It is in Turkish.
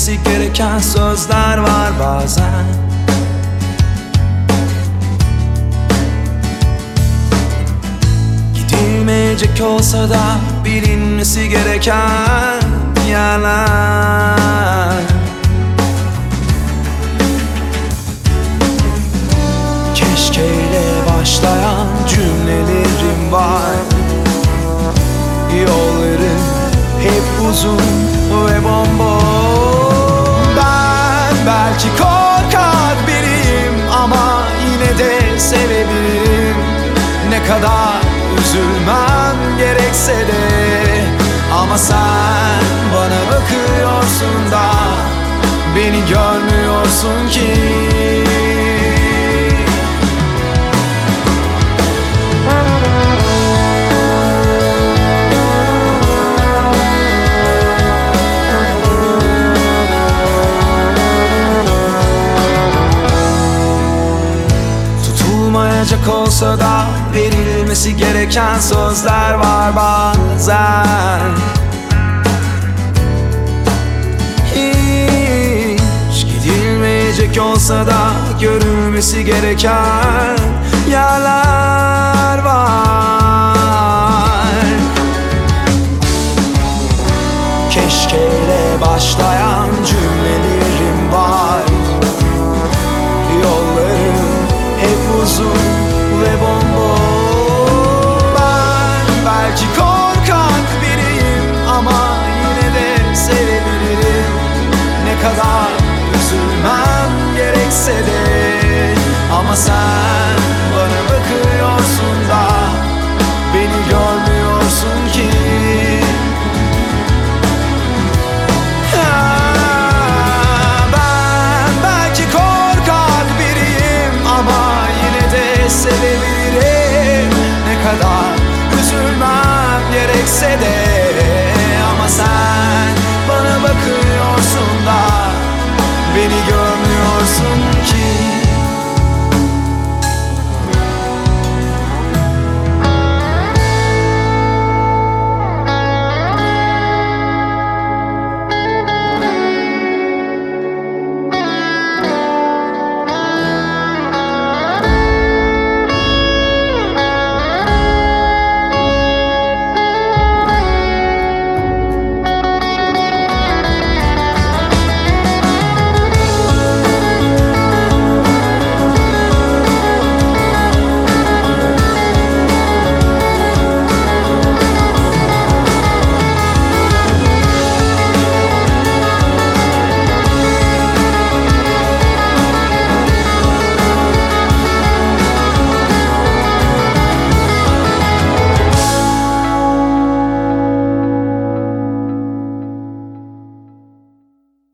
Verilmesi gereken sözler var bazen. Gidilmeyecek olsa da bilinmesi gereken yerler. Keşkeyle başlayan cümlelerim var. Yolların hep uzun ve bomboş. Ben belki korkak biriyim ama yine de sevebilirim. Ne kadar üzülmem gerekse de. Ama sen bana bakıyorsun da beni görmüyorsun ki. Tutulmayacak olsa da verilmesi gereken sözler var bazen. Hiç gidilmeyecek olsa da görülmesi gereken yerler var. Keşkeyle başlayan cümlelerim var. Yollarım hep uzun ve bomboş. Ben belki korkak biriyim ama yine de sevebilirim. Ne kadar üzülmem gerekse de. Ama sen bana bakıyorsun da beni görmüyorsun ki. Sevebilirim, ne kadar üzülmem gerekse de. Ama sen bana bakıyorsun da beni gör.